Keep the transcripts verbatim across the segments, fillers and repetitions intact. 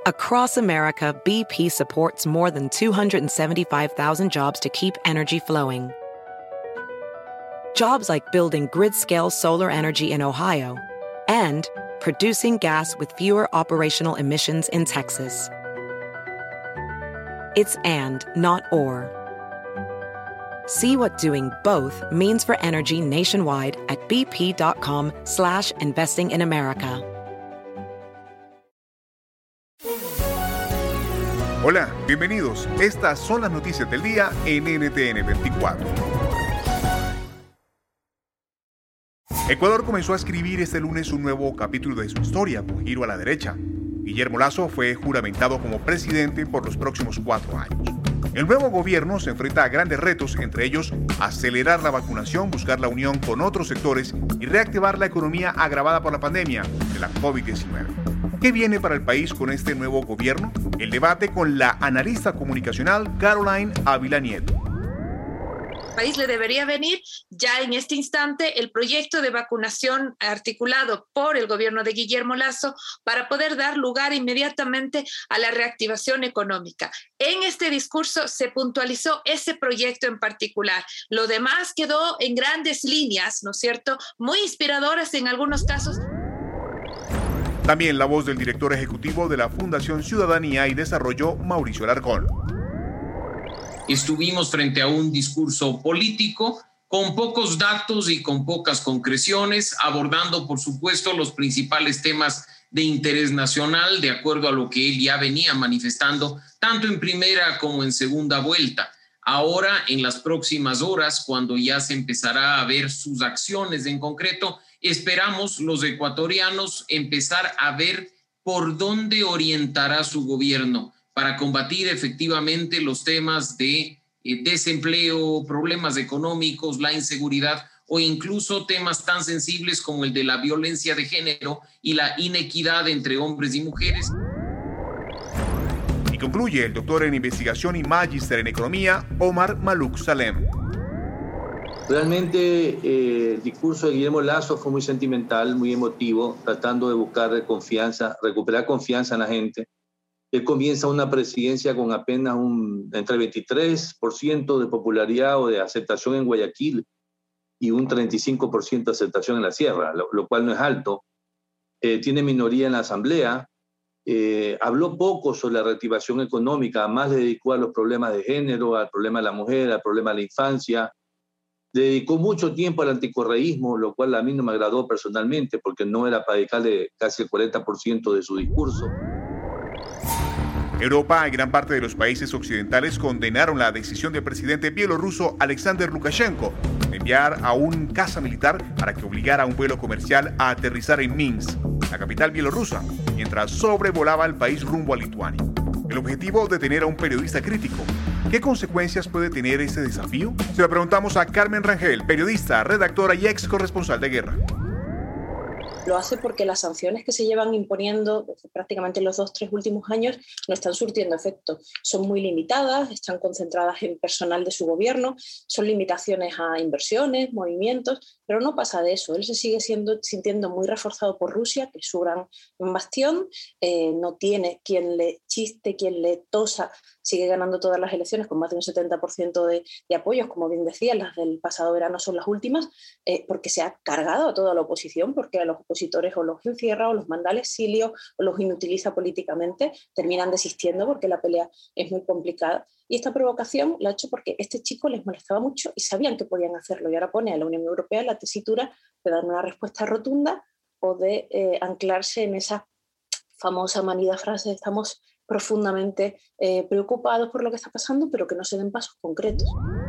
Across America, B P supports more than two hundred seventy-five thousand jobs to keep energy flowing. Jobs like building grid-scale solar energy in Ohio and producing gas with fewer operational emissions in Texas. It's and, not or. See what doing both means for energy nationwide at bp.com slash investing in America. Hola, bienvenidos. Estas son las noticias del día en N T N veinticuatro. Ecuador comenzó a escribir este lunes un nuevo capítulo de su historia con giro a la derecha. Guillermo Lasso fue juramentado como presidente por los próximos cuatro años. El nuevo gobierno se enfrenta a grandes retos, entre ellos acelerar la vacunación, buscar la unión con otros sectores y reactivar la economía agravada por la pandemia de la COVID diecinueve. ¿Qué viene para el país con este nuevo gobierno? El debate con la analista comunicacional Caroline Ávila Nieto. Al país le debería venir ya en este instante el proyecto de vacunación articulado por el gobierno de Guillermo Lasso para poder dar lugar inmediatamente a la reactivación económica. En este discurso se puntualizó ese proyecto en particular. Lo demás quedó en grandes líneas, ¿no es cierto?, muy inspiradoras en algunos casos. También la voz del director ejecutivo de la Fundación Ciudadanía y Desarrollo, Mauricio Alarcón. Estuvimos frente a un discurso político con pocos datos y con pocas concreciones, abordando, por supuesto, los principales temas de interés nacional, de acuerdo a lo que él ya venía manifestando, tanto en primera como en segunda vuelta. Ahora, en las próximas horas, cuando ya se empezará a ver sus acciones en concreto, esperamos los ecuatorianos empezar a ver por dónde orientará su gobierno para combatir efectivamente los temas de eh, desempleo, problemas económicos, la inseguridad o incluso temas tan sensibles como el de la violencia de género y la inequidad entre hombres y mujeres. Y concluye el doctor en investigación y magíster en economía, Omar Maluk Salem. Realmente eh, el discurso de Guillermo Lasso fue muy sentimental, muy emotivo, tratando de buscar confianza, recuperar confianza en la gente. Él comienza una presidencia con apenas un, entre veintitrés por ciento de popularidad o de aceptación en Guayaquil y un treinta y cinco por ciento de aceptación en la Sierra, lo, lo cual no es alto. Eh, tiene minoría en la Asamblea. Eh, habló poco sobre la reactivación económica, más le dedicó a los problemas de género, al problema de la mujer, al problema de la infancia. Dedicó mucho tiempo al anticorreísmo, lo cual a mí no me agradó personalmente porque no era para dedicarle casi el cuarenta por ciento de su discurso. Europa y gran parte de los países occidentales condenaron la decisión del presidente bielorruso Alexander Lukashenko de enviar a un caza militar para que obligara a un vuelo comercial a aterrizar en Minsk, la capital bielorrusa, mientras sobrevolaba el país rumbo a Lituania. El objetivo, detener a un periodista crítico. ¿Qué consecuencias puede tener ese desafío? Se lo preguntamos a Carmen Rangel, periodista, redactora y ex corresponsal de guerra. Lo hace porque las sanciones que se llevan imponiendo desde prácticamente los dos, tres últimos años no están surtiendo efecto. Son muy limitadas, están concentradas en personal de su gobierno, son limitaciones a inversiones, movimientos, pero no pasa de eso. Él se sigue siendo, sintiendo muy reforzado por Rusia, que es su gran bastión, eh, no tiene quien le chiste, quien le tosa, sigue ganando todas las elecciones con más de un setenta por ciento de, de apoyos, como bien decía, las del pasado verano son las últimas, eh, porque se ha cargado a toda la oposición, porque a los opositores o los encierra o los manda al exilio o los inutiliza políticamente, terminan desistiendo porque la pelea es muy complicada. Y esta provocación la ha hecho porque este chico les molestaba mucho y sabían que podían hacerlo, y ahora pone a la Unión Europea la tesitura de dar una respuesta rotunda o de eh, anclarse en esa famosa manida frase de estamos profundamente eh, preocupados por lo que está pasando, pero que no se den pasos concretos.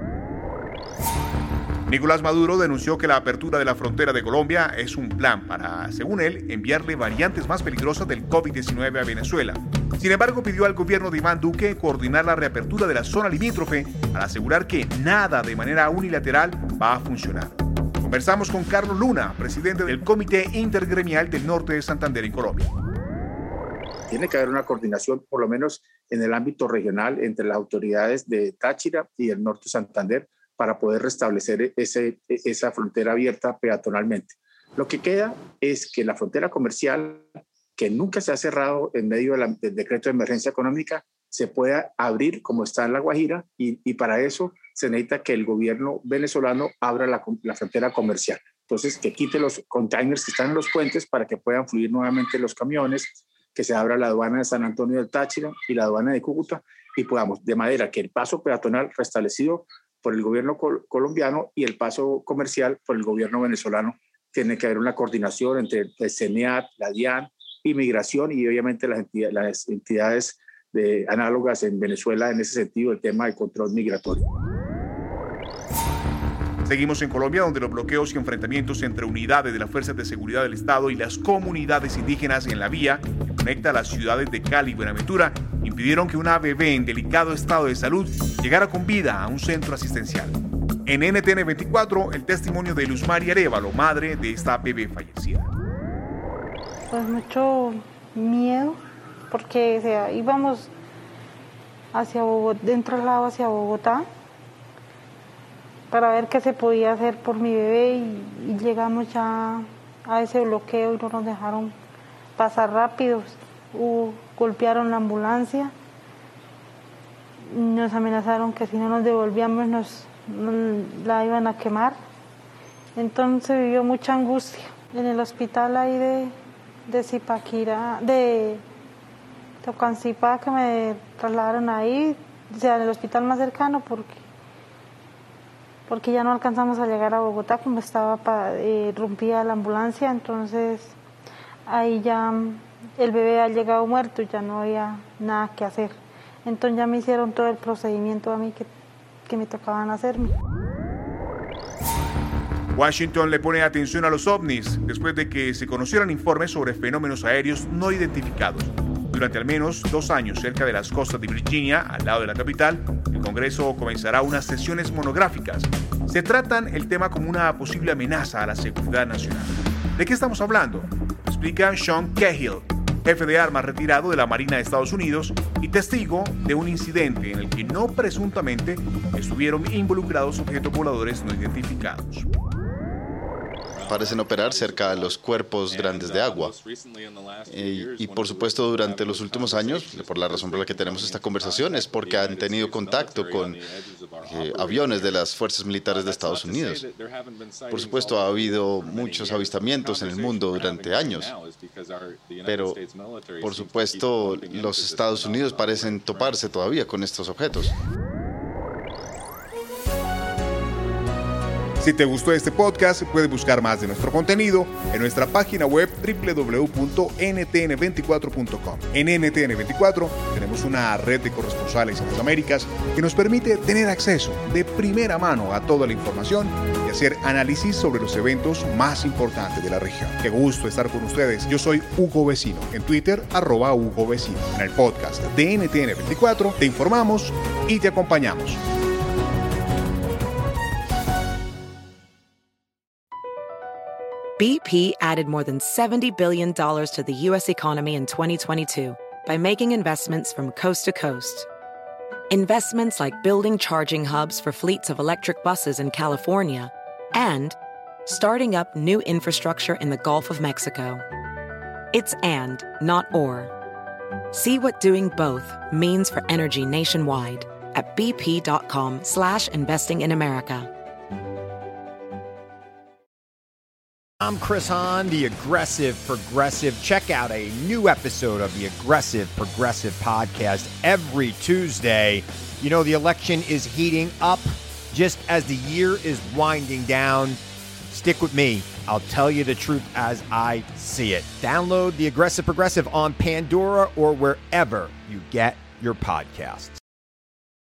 Nicolás Maduro denunció que la apertura de la frontera de Colombia es un plan para, según él, enviarle variantes más peligrosas del COVID diecinueve a Venezuela. Sin embargo, pidió al gobierno de Iván Duque coordinar la reapertura de la zona limítrofe para asegurar que nada de manera unilateral va a funcionar. Conversamos con Carlos Luna, presidente del Comité Intergremial del Norte de Santander en Colombia. Tiene que haber una coordinación, por lo menos en el ámbito regional, entre las autoridades de Táchira y el norte de Santander para poder restablecer ese, esa frontera abierta peatonalmente. Lo que queda es que la frontera comercial que nunca se ha cerrado en medio de la, del decreto de emergencia económica, se pueda abrir como está en La Guajira, y, y para eso se necesita que el gobierno venezolano abra la, la frontera comercial. Entonces, que quite los containers que están en los puentes para que puedan fluir nuevamente los camiones, que se abra la aduana de San Antonio del Táchira y la aduana de Cúcuta, y podamos, de manera que el paso peatonal restablecido por el gobierno col- colombiano y el paso comercial por el gobierno venezolano, tiene que haber una coordinación entre el CENEAT, la DIAN, Inmigración y obviamente las entidades, las entidades de, análogas en Venezuela en ese sentido, el tema del control migratorio. Seguimos en Colombia, donde los bloqueos y enfrentamientos entre unidades de las fuerzas de seguridad del Estado y las comunidades indígenas en la vía que conecta las ciudades de Cali y Buenaventura impidieron que una bebé en delicado estado de salud llegara con vida a un centro asistencial. En N T N veinticuatro, el testimonio de Luzmari Arévalo, madre de esta bebé fallecida. Pues mucho miedo, porque o sea, íbamos hacia Bogotá, de un traslado hacia Bogotá, para ver qué se podía hacer por mi bebé, y, y llegamos ya a ese bloqueo y no nos dejaron pasar rápido. Uh, golpearon la ambulancia, nos amenazaron que si no nos devolvíamos nos, nos la iban a quemar. Entonces vivió mucha angustia. En el hospital ahí de, de Zipaquirá, de Tocancipá, que me trasladaron ahí, o sea, en el hospital más cercano, porque porque ya no alcanzamos a llegar a Bogotá, como estaba para, eh, rompida la ambulancia. Entonces ahí ya el bebé ha llegado muerto, ya no había nada que hacer. Entonces ya me hicieron todo el procedimiento a mí que, que me tocaban hacerme. Washington le pone atención a los ovnis después de que se conocieran informes sobre fenómenos aéreos no identificados. Durante al menos dos años cerca de las costas de Virginia, al lado de la capital, el Congreso comenzará unas sesiones monográficas. Se tratan el tema como una posible amenaza a la seguridad nacional. ¿De qué estamos hablando? Explica Sean Cahill, jefe de armas retirado de la Marina de Estados Unidos y testigo de un incidente en el que no presuntamente estuvieron involucrados objetos voladores no identificados. Parecen operar cerca de los cuerpos grandes de agua. Y, y por supuesto, durante los últimos años, por la razón por la que tenemos esta conversación, es porque han tenido contacto con eh, aviones de las fuerzas militares de Estados Unidos. Por supuesto, ha habido muchos avistamientos en el mundo durante años, pero por supuesto, los Estados Unidos parecen toparse todavía con estos objetos. Si te gustó este podcast, puedes buscar más de nuestro contenido en nuestra página web doble u doble u doble u punto ene te ene veinticuatro punto com. En N T N veinticuatro tenemos una red de corresponsales en las Américas que nos permite tener acceso de primera mano a toda la información y hacer análisis sobre los eventos más importantes de la región. Qué gusto estar con ustedes. Yo soy Hugo Vecino. En Twitter, arroba Hugo Vecino. En el podcast de N T N veinticuatro te informamos y te acompañamos. B P added more than seventy billion dollars to the U S economy in twenty twenty-two by making investments from coast to coast. Investments like building charging hubs for fleets of electric buses in California and starting up new infrastructure in the Gulf of Mexico. It's and, not or. See what doing both means for energy nationwide at bp.com slash investing in America. I'm Chris Hahn, the Aggressive Progressive. Check out a new episode of the Aggressive Progressive podcast every Tuesday. You know, the election is heating up just as the year is winding down. Stick with me. I'll tell you the truth as I see it. Download the Aggressive Progressive on Pandora or wherever you get your podcasts.